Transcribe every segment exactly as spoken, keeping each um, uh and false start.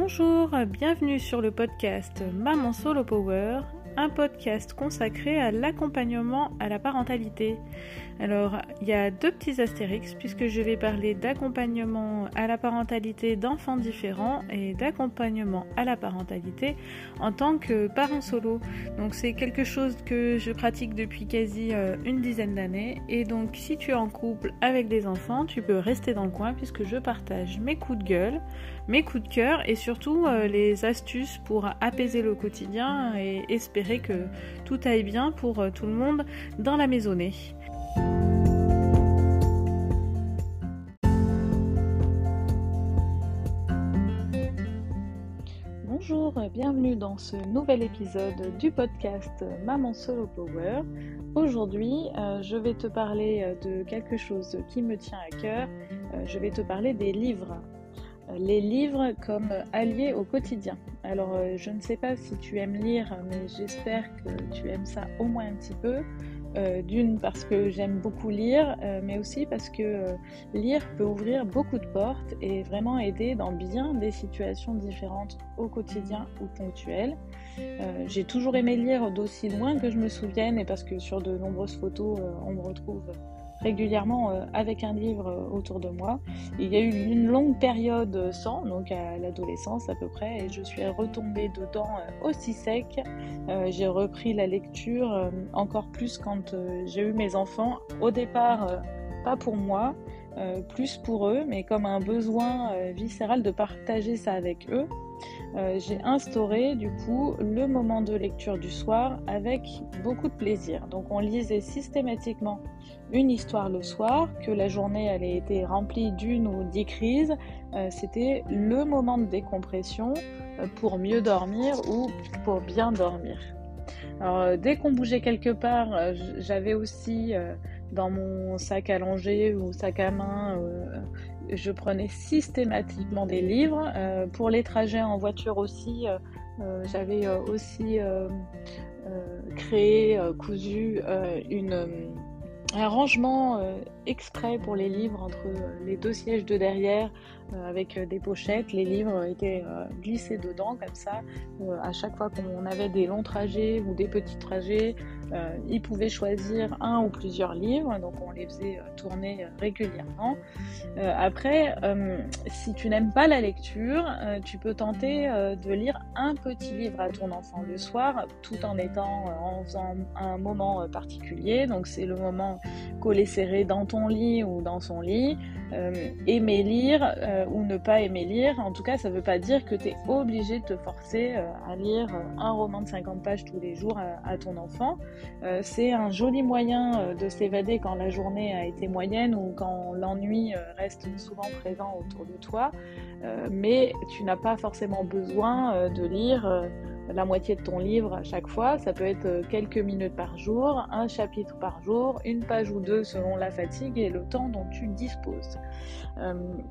Bonjour, bienvenue sur le podcast Maman Solo Power, un podcast consacré à l'accompagnement à la parentalité. Alors, il y a deux petits astérix puisque je vais parler d'accompagnement à la parentalité d'enfants différents et d'accompagnement à la parentalité en tant que parent solo. Donc, c'est quelque chose que je pratique depuis quasi euh, une dizaine d'années. Et donc, si tu es en couple avec des enfants, tu peux rester dans le coin puisque je partage mes coups de gueule, mes coups de cœur et surtout euh, les astuces pour apaiser le quotidien et espérer que tout aille bien pour euh, tout le monde dans la maisonnée. Bonjour, bienvenue dans ce nouvel épisode du podcast Maman Solo Power. Aujourd'hui, euh, je vais te parler de quelque chose qui me tient à cœur. Euh, je vais te parler des livres. Les livres comme alliés au quotidien. Alors, euh, je ne sais pas si tu aimes lire, mais j'espère que tu aimes ça au moins un petit peu. Euh, d'une, parce que j'aime beaucoup lire, euh, mais aussi parce que euh, lire peut ouvrir beaucoup de portes et vraiment aider dans bien des situations différentes au quotidien ou ponctuelles. Euh, j'ai toujours aimé lire d'aussi loin que je me souvienne, et parce que sur de nombreuses photos, euh, on me retrouve régulièrement euh, avec un livre euh, autour de moi. Il y a eu une longue période sans, donc à l'adolescence à peu près, et je suis retombée dedans euh, aussi sec. Euh, j'ai repris la lecture euh, encore plus quand euh, j'ai eu mes enfants. Au départ, euh, pas pour moi, euh, plus pour eux, mais comme un besoin euh, viscéral de partager ça avec eux. Euh, j'ai instauré du coup le moment de lecture du soir avec beaucoup de plaisir. Donc on lisait systématiquement une histoire le soir, que la journée elle ait été remplie d'une ou dix crises. Euh, c'était le moment de décompression euh, pour mieux dormir ou pour bien dormir. Alors euh, dès qu'on bougeait quelque part, euh, j'avais aussi euh, dans mon sac à langer ou sac à main, euh, je prenais systématiquement des livres. Euh, pour les trajets en voiture aussi, euh, euh, j'avais euh, aussi euh, euh, créé, euh, cousu euh, une, euh, un rangement euh, exprès pour les livres entre euh, les deux sièges de derrière euh, avec euh, des pochettes. Les livres étaient euh, glissés dedans comme ça. Euh, à chaque fois qu'on avait des longs trajets ou des petits trajets, euh, ils pouvaient choisir un ou plusieurs livres, donc on les faisait euh, tourner euh, régulièrement. Euh, après, euh, si tu n'aimes pas la lecture, euh, tu peux tenter euh, de lire un petit livre à ton enfant le soir, tout en étant, euh, en faisant un moment euh, particulier. Donc c'est le moment collé serré dans ton lit ou dans son lit. Euh, aimer lire euh, ou ne pas aimer lire, en tout cas ça ne veut pas dire que tu es obligé de te forcer euh, à lire un roman de cinquante pages tous les jours à, à ton enfant. Euh, c'est un joli moyen euh, de s'évader quand la journée a été moyenne ou quand l'ennui euh, reste souvent présent autour de toi, euh, mais tu n'as pas forcément besoin euh, de lire euh, la moitié de ton livre à chaque fois. Ça peut être quelques minutes par jour, un chapitre par jour, une page ou deux selon la fatigue et le temps dont tu disposes. Euh,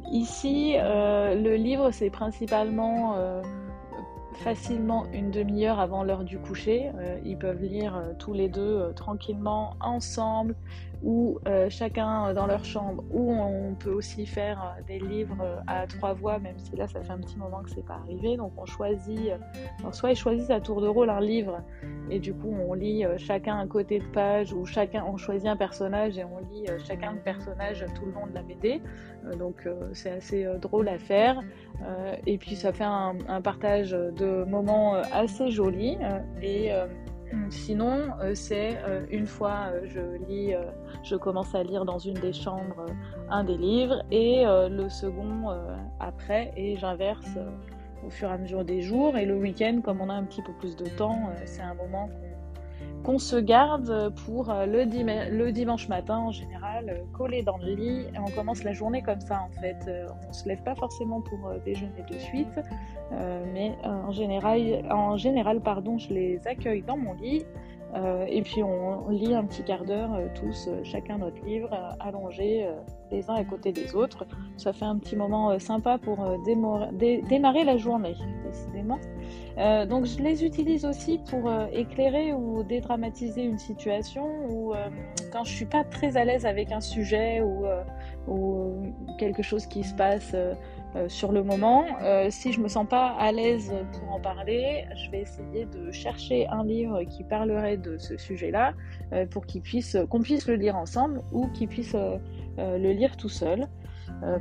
ici, euh, le livre, c'est principalement euh, facilement une demi-heure avant l'heure du coucher. Euh, ils peuvent lire euh, tous les deux euh, tranquillement ensemble, ou euh, chacun dans leur chambre, ou on peut aussi faire euh, des livres euh, à trois voix, même si là ça fait un petit moment que c'est pas arrivé. Donc on choisit, euh, soit ils choisissent à tour de rôle un livre, et du coup on lit euh, chacun un côté de page, ou chacun on choisit un personnage et on lit euh, chacun le personnage tout le long de la B D. Euh, donc euh, c'est assez euh, drôle à faire, euh, et puis ça fait un, un partage de moments euh, assez joli. Euh, et euh, Sinon, euh, c'est euh, une fois euh, je lis, euh, je commence à lire dans une des chambres euh, un des livres, et euh, le second euh, après, et j'inverse euh, au fur et à mesure des jours. Et le week-end, comme on a un petit peu plus de temps, euh, c'est un moment qu'on qu'on se garde pour le, dim- le dimanche matin en général, collé dans le lit, et on commence la journée comme ça en fait. On se lève pas forcément pour déjeuner de suite, euh, mais euh, en général, en général pardon, je les accueille dans mon lit. Euh, et puis on, on lit un petit quart d'heure euh, tous, euh, chacun notre livre, euh, allongés euh, les uns à côté des autres. Ça fait un petit moment euh, sympa pour euh, démor- dé- démarrer la journée, décidément. Euh, donc je les utilise aussi pour euh, éclairer ou dédramatiser une situation, ou euh, quand je suis pas très à l'aise avec un sujet, ou, euh, ou quelque chose qui se passe euh, euh, sur le moment. Euh, si je me sens pas à l'aise pour en parler, je vais essayer de chercher un livre qui parlerait de ce sujet-là euh, pour qu'il puisse, qu'on puisse le lire ensemble ou qu'il puisse euh, euh, le lire tout seul. Euh,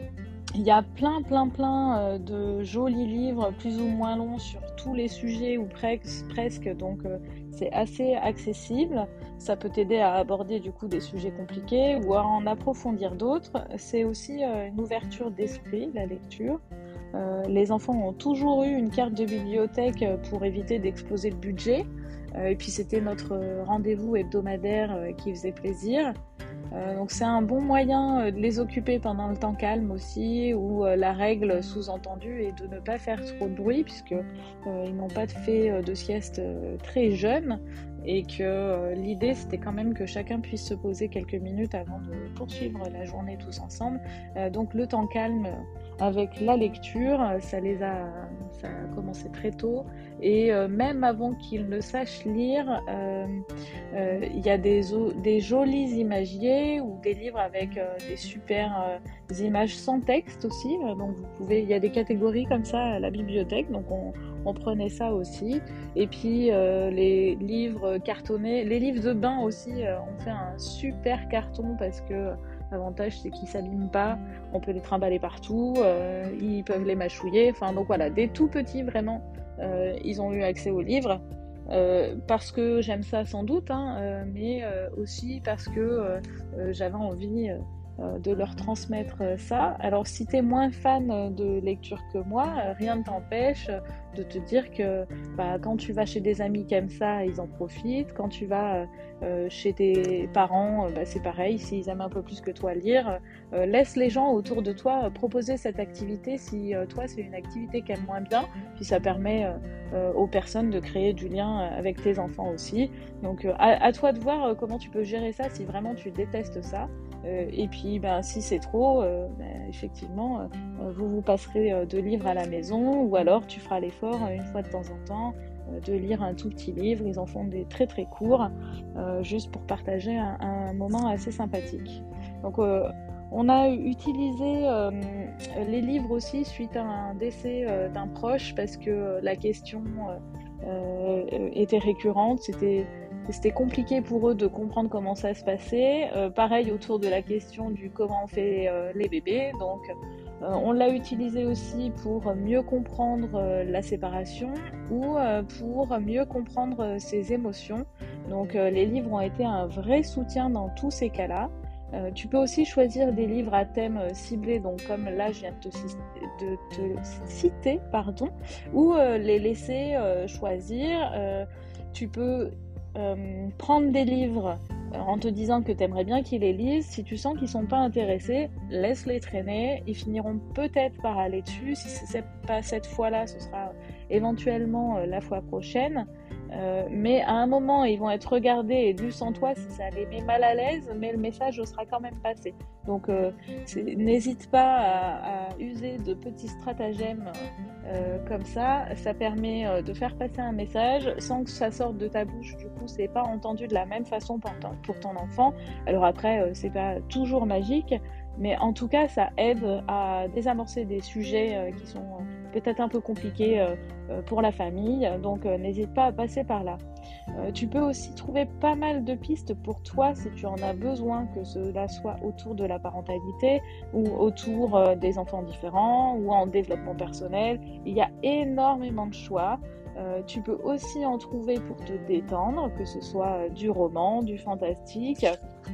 Il y a plein, plein, plein euh, de jolis livres plus ou moins longs sur tous les sujets ou pres- presque, donc euh, c'est assez accessible. Ça peut t'aider à aborder du coup des sujets compliqués ou à en approfondir d'autres. C'est aussi euh, une ouverture d'esprit, la lecture. Euh, les enfants ont toujours eu une carte de bibliothèque pour éviter d'exploser le budget. Euh, et puis c'était notre rendez-vous hebdomadaire euh, qui faisait plaisir. Euh, donc c'est un bon moyen euh, de les occuper pendant le temps calme aussi, où euh, la règle sous-entendue est de ne pas faire trop de bruit puisque euh, ils n'ont pas fait euh, de sieste euh, très jeune et que euh, l'idée c'était quand même que chacun puisse se poser quelques minutes avant de poursuivre la journée tous ensemble. Euh, donc le temps calme avec la lecture, ça les a, ça a commencé très tôt et euh, même avant qu'ils ne sachent lire, euh, euh, il y a des, des jolis imagiers ou des livres avec euh, des super euh, images sans texte aussi. Donc vous pouvez, il y a des catégories comme ça à la bibliothèque, donc on, on prenait ça aussi. Et puis euh, les livres cartonnés, les livres de bain aussi, euh, on fait un super carton parce que l'avantage c'est qu'ils s'abîment pas, on peut les trimballer partout, euh, ils peuvent les mâchouiller, enfin donc voilà, des tout petits vraiment, euh, ils ont eu accès aux livres, euh, parce que j'aime ça sans doute, hein, euh, mais euh, aussi parce que euh, euh, j'avais envie euh, de leur transmettre ça. Alors si t'es moins fan de lecture que moi, rien ne t'empêche de te dire que bah, quand tu vas chez des amis qui aiment ça, ils en profitent. Quand tu vas euh, chez tes parents, bah, c'est pareil, s'ils aiment un peu plus que toi lire, euh, laisse les gens autour de toi proposer cette activité si euh, toi c'est une activité qu'elles aiment moins bien, puis ça permet euh, aux personnes de créer du lien avec tes enfants aussi. Donc euh, à, à toi de voir euh, comment tu peux gérer ça si vraiment tu détestes ça. Euh, et puis ben, si c'est trop, euh, ben, effectivement, euh, vous vous passerez euh, de livres à la maison ou alors tu feras l'effort euh, une fois de temps en temps euh, de lire un tout petit livre. Ils en font des très très courts, euh, juste pour partager un, un moment assez sympathique. Donc euh, on a utilisé euh, les livres aussi suite à un décès euh, d'un proche parce que la question euh, euh, était récurrente. C'était C'était compliqué pour eux de comprendre comment ça se passait. Euh, pareil autour de la question du comment on fait euh, les bébés. Donc, euh, on l'a utilisé aussi pour mieux comprendre euh, la séparation ou euh, pour mieux comprendre euh, ses émotions. Donc, euh, les livres ont été un vrai soutien dans tous ces cas-là. Euh, tu peux aussi choisir des livres à thème ciblés, donc comme là je viens de te, de te citer, pardon, ou euh, les laisser euh, choisir. Euh, tu peux Euh, prendre des livres euh, en te disant que tu aimerais bien qu'ils les lisent. Si tu sens qu'ils sont pas intéressés, laisse-les traîner. Ils finiront peut-être par aller dessus. Si c'est pas cette fois-là, ce sera éventuellement euh, la fois prochaine. Euh, mais à un moment, ils vont être regardés et lus sans toi si ça les met mal à l'aise, mais le message sera quand même passé. Donc euh, n'hésite pas à, à user de petits stratagèmes euh, comme ça. Ça permet euh, de faire passer un message sans que ça sorte de ta bouche. Du coup, c'est pas entendu de la même façon pour ton, pour ton enfant. Alors après, euh, c'est pas toujours magique, mais en tout cas, ça aide à désamorcer des sujets euh, qui sont euh, peut-être un peu compliqués euh, euh, pour la famille. Donc, euh, n'hésite pas à passer par là. Euh, tu peux aussi trouver pas mal de pistes pour toi si tu en as besoin, que cela soit autour de la parentalité ou autour euh, des enfants différents ou en développement personnel. Il y a énormément de choix. Euh, tu peux aussi en trouver pour te détendre, que ce soit du roman, du fantastique,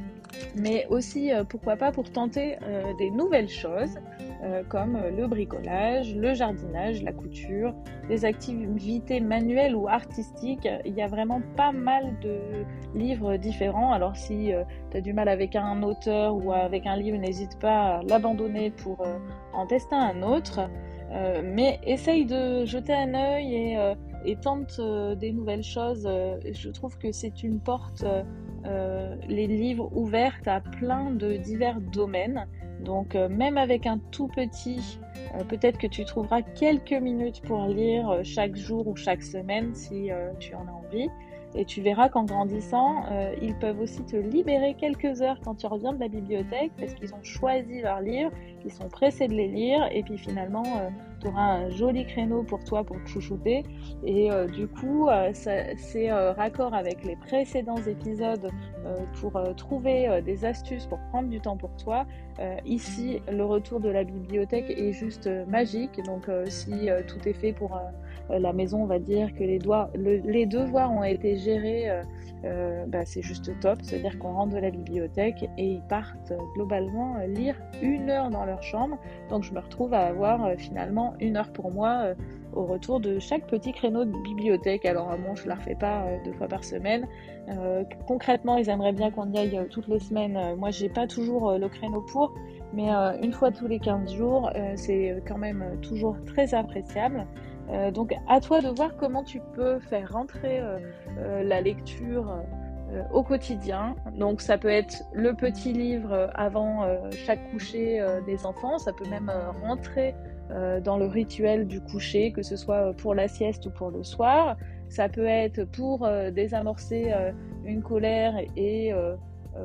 mais aussi, euh, pourquoi pas, pour tenter euh, des nouvelles choses, euh, comme le bricolage, le jardinage, la couture, des activités manuelles ou artistiques. Il y a vraiment pas mal de livres différents. Alors si euh, tu as du mal avec un auteur ou avec un livre, n'hésite pas à l'abandonner pour euh, en tester un autre. Euh, mais essaye de jeter un œil et, euh, et tente euh, des nouvelles choses. Euh, je trouve que c'est une porte... Euh, Euh, les livres ouverts à plein de divers domaines. Donc euh, même avec un tout petit, euh, peut-être que tu trouveras quelques minutes pour lire euh, chaque jour ou chaque semaine si euh, tu en as envie. et tu verras qu'en grandissant, euh, ils peuvent aussi te libérer quelques heures quand tu reviens de la bibliothèque parce qu'ils ont choisi leurs livres, ils sont pressés de les lire et puis finalement euh, tu auras un joli créneau pour toi pour te chouchouter et euh, du coup euh, ça, c'est euh, raccord avec les précédents épisodes euh, pour euh, trouver euh, des astuces pour prendre du temps pour toi. Euh, ici le retour de la bibliothèque est juste euh, magique, donc euh, si euh, tout est fait pour euh, la maison, on va dire que les, doigts, le, les devoirs ont été gérés, euh, euh, bah, c'est juste top, c'est-à-dire qu'on rentre de la bibliothèque et ils partent euh, globalement euh, lire une heure dans leur chambre, donc je me retrouve à avoir euh, finalement une heure pour moi euh, au retour de chaque petit créneau de bibliothèque. Alors bon, je ne la refais pas euh, deux fois par semaine, euh, concrètement ils aimeraient bien qu'on y aille euh, toutes les semaines, euh, moi j'ai pas toujours euh, le créneau pour, mais euh, une fois tous les quinze jours, euh, c'est quand même euh, toujours très appréciable. Euh, donc à toi de voir comment tu peux faire rentrer euh, euh, la lecture euh, au quotidien. Donc ça peut être le petit livre avant euh, chaque coucher euh, des enfants, ça peut même euh, rentrer euh, dans le rituel du coucher, que ce soit pour la sieste ou pour le soir. Ça peut être pour euh, désamorcer euh, une colère et euh, euh,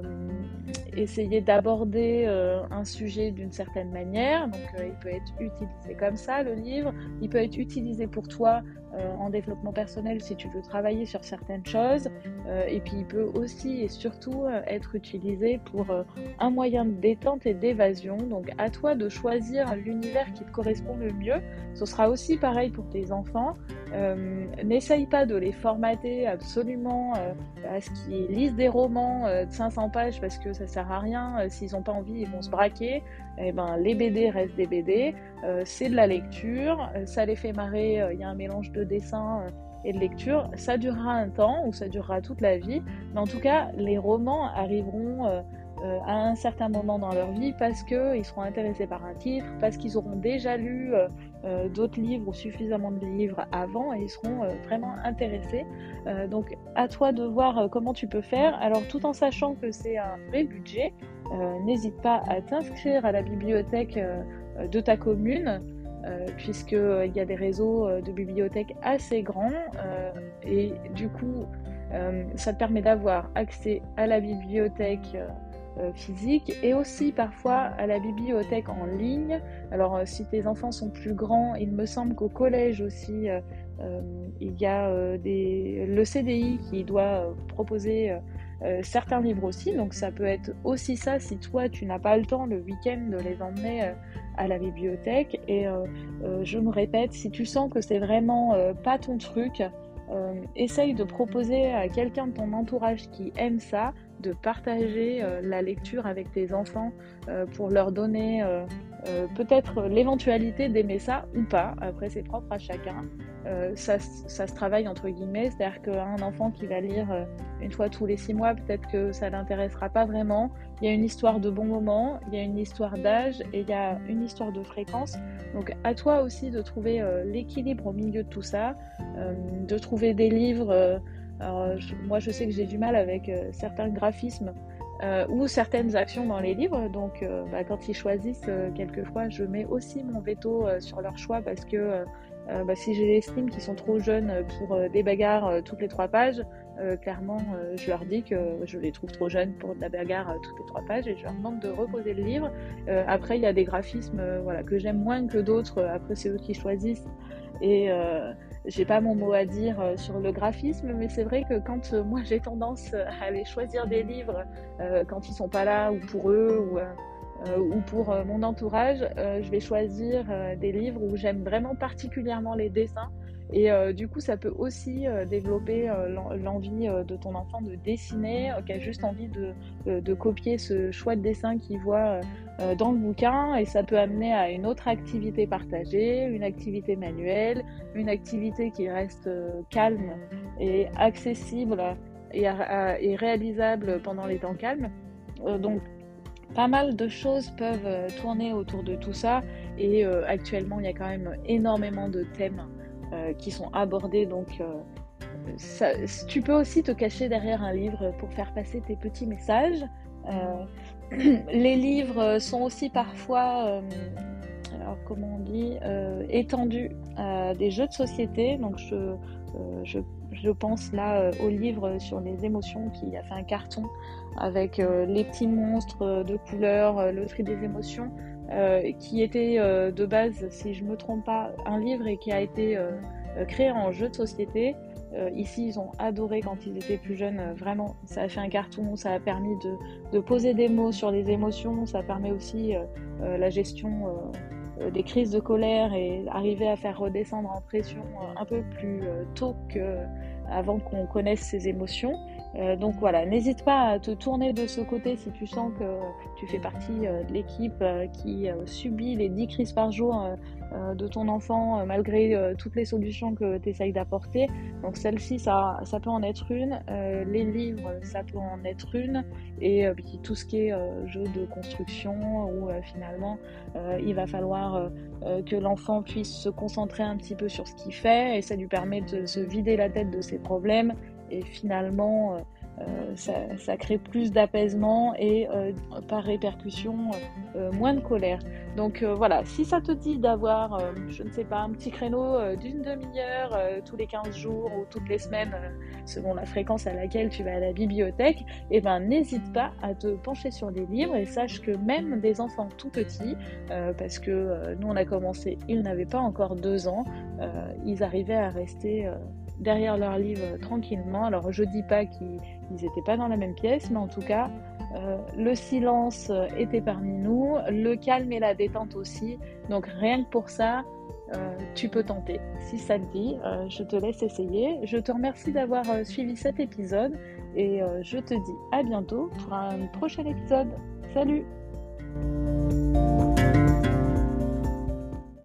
essayer d'aborder euh, un sujet d'une certaine manière. Donc euh, il peut être utilisé comme ça, le livre. Il peut être utilisé pour toi euh, en développement personnel si tu veux travailler sur certaines choses. Euh, et puis il peut aussi et surtout euh, être utilisé pour euh, un moyen de détente et d'évasion. Donc à toi de choisir l'univers qui te correspond le mieux. Ce sera aussi pareil pour tes enfants. Euh, n'essaye pas de les formater absolument euh, à ce qu'ils lisent des romans euh, de cinq cents pages parce que ça sert à rien. Euh, s'ils n'ont pas envie, ils vont se braquer. Eh ben, les B D restent des B D. Euh, c'est de la lecture. Euh, ça les fait marrer. Il euh, y a un mélange de dessin euh, et de lecture. Ça durera un temps ou ça durera toute la vie. Mais en tout cas, les romans arriveront euh, euh, à un certain moment dans leur vie parce qu'ils seront intéressés par un titre, parce qu'ils auront déjà lu euh, euh, d'autres livres ou suffisamment de livres avant et ils seront euh, vraiment intéressés. Euh, donc à toi de voir euh, comment tu peux faire. Alors tout en sachant que c'est un vrai budget, euh, n'hésite pas à t'inscrire à la bibliothèque euh, de ta commune. Euh, puisqu'il euh, y a des réseaux euh, de bibliothèques assez grands euh, et du coup euh, ça te permet d'avoir accès à la bibliothèque euh, physique et aussi parfois à la bibliothèque en ligne. Alors euh, si tes enfants sont plus grands, il me semble qu'au collège aussi euh, euh, il y a euh, des... le C D I qui doit euh, proposer euh, Euh, certains livres aussi, donc ça peut être aussi ça si toi tu n'as pas le temps le week-end de les emmener euh, à la bibliothèque. Et euh, euh, je me répète, si tu sens que c'est vraiment euh, pas ton truc, euh, essaye de proposer à quelqu'un de ton entourage qui aime ça de partager euh, la lecture avec tes enfants euh, pour leur donner euh, euh, peut-être l'éventualité d'aimer ça ou pas. Après c'est propre à chacun. Euh, ça, ça se travaille entre guillemets, c'est-à-dire qu'un enfant qui va lire euh, une fois tous les six mois, peut-être que ça l'intéressera pas vraiment. Il y a une histoire de bon moment, il y a une histoire d'âge et il y a une histoire de fréquence. Donc à toi aussi de trouver euh, l'équilibre au milieu de tout ça, euh, de trouver des livres. Euh, alors, je, moi je sais que j'ai du mal avec euh, certains graphismes euh, ou certaines actions dans les livres, donc euh, bah, quand ils choisissent, euh, quelquefois je mets aussi mon veto euh, sur leur choix parce que euh, Euh, bah, si j'estime qu'ils sont trop jeunes pour euh, des bagarres euh, toutes les trois pages, euh, clairement euh, je leur dis que je les trouve trop jeunes pour de la bagarre euh, toutes les trois pages et je leur demande de reposer le livre. Euh, après il y a des graphismes euh, voilà, que j'aime moins que d'autres, après c'est eux qui choisissent et euh, j'ai pas mon mot à dire euh, sur le graphisme, mais c'est vrai que quand euh, moi j'ai tendance à aller choisir des livres euh, quand ils sont pas là ou pour eux ou euh, Euh, ou pour euh, mon entourage, euh, je vais choisir euh, des livres où j'aime vraiment particulièrement les dessins et euh, du coup ça peut aussi euh, développer euh, l'envie euh, de ton enfant de dessiner, euh, qui a juste envie de, de, de copier ce chouette dessin qu'il voit euh, dans le bouquin et ça peut amener à une autre activité partagée, une activité manuelle, une activité qui reste euh, calme et accessible et, à, et réalisable pendant les temps calmes. Euh, donc pas mal de choses peuvent euh, tourner autour de tout ça et euh, actuellement il y a quand même énormément de thèmes euh, qui sont abordés, donc euh, ça, tu peux aussi te cacher derrière un livre pour faire passer tes petits messages. Euh, les livres sont aussi parfois euh, alors comment on dit, euh, étendu à des jeux de société. Donc je, euh, je, je pense là euh, au livre sur les émotions qui a fait un carton avec euh, les petits monstres de couleurs, euh, le tri des émotions, euh, qui était euh, de base, si je me trompe pas, un livre et qui a été euh, créé en jeu de société. Euh, ici, ils ont adoré quand ils étaient plus jeunes, euh, vraiment, ça a fait un carton, ça a permis de, de poser des mots sur les émotions, ça permet aussi euh, euh, la gestion euh, euh, des crises de colère et arriver à faire redescendre en pression euh, un peu plus euh, tôt qu'avant qu'on connaisse ces émotions. Euh, donc voilà, n'hésite pas à te tourner de ce côté si tu sens que tu fais partie euh, de l'équipe euh, qui euh, subit les dix crises par jour euh, euh, de ton enfant euh, malgré euh, toutes les solutions que tu essayes d'apporter. Donc celle-ci, ça, ça peut en être une. Euh, les livres, ça peut en être une. Et euh, puis tout ce qui est euh, jeu de construction où euh, finalement euh, il va falloir euh, euh, que l'enfant puisse se concentrer un petit peu sur ce qu'il fait et ça lui permet de se vider la tête de ses problèmes. Et finalement, euh, euh, ça, ça crée plus d'apaisement et euh, par répercussion, euh, moins de colère. Donc euh, voilà, si ça te dit d'avoir, euh, je ne sais pas, un petit créneau euh, d'une demi-heure euh, tous les quinze jours ou toutes les semaines, euh, selon la fréquence à laquelle tu vas à la bibliothèque, eh ben, n'hésite pas à te pencher sur les livres et sache que même des enfants tout petits, euh, parce que euh, nous on a commencé, ils n'avaient pas encore deux ans, euh, ils arrivaient à rester... Euh, derrière leur livre euh, tranquillement. Alors je dis pas qu'ils n'étaient pas dans la même pièce, mais en tout cas euh, le silence était parmi nous, le calme et la détente aussi. Donc rien que pour ça, euh, tu peux tenter. Si ça te dit, euh, je te laisse essayer. Je te remercie d'avoir euh, suivi cet épisode et euh, je te dis à bientôt pour un prochain épisode. Salut!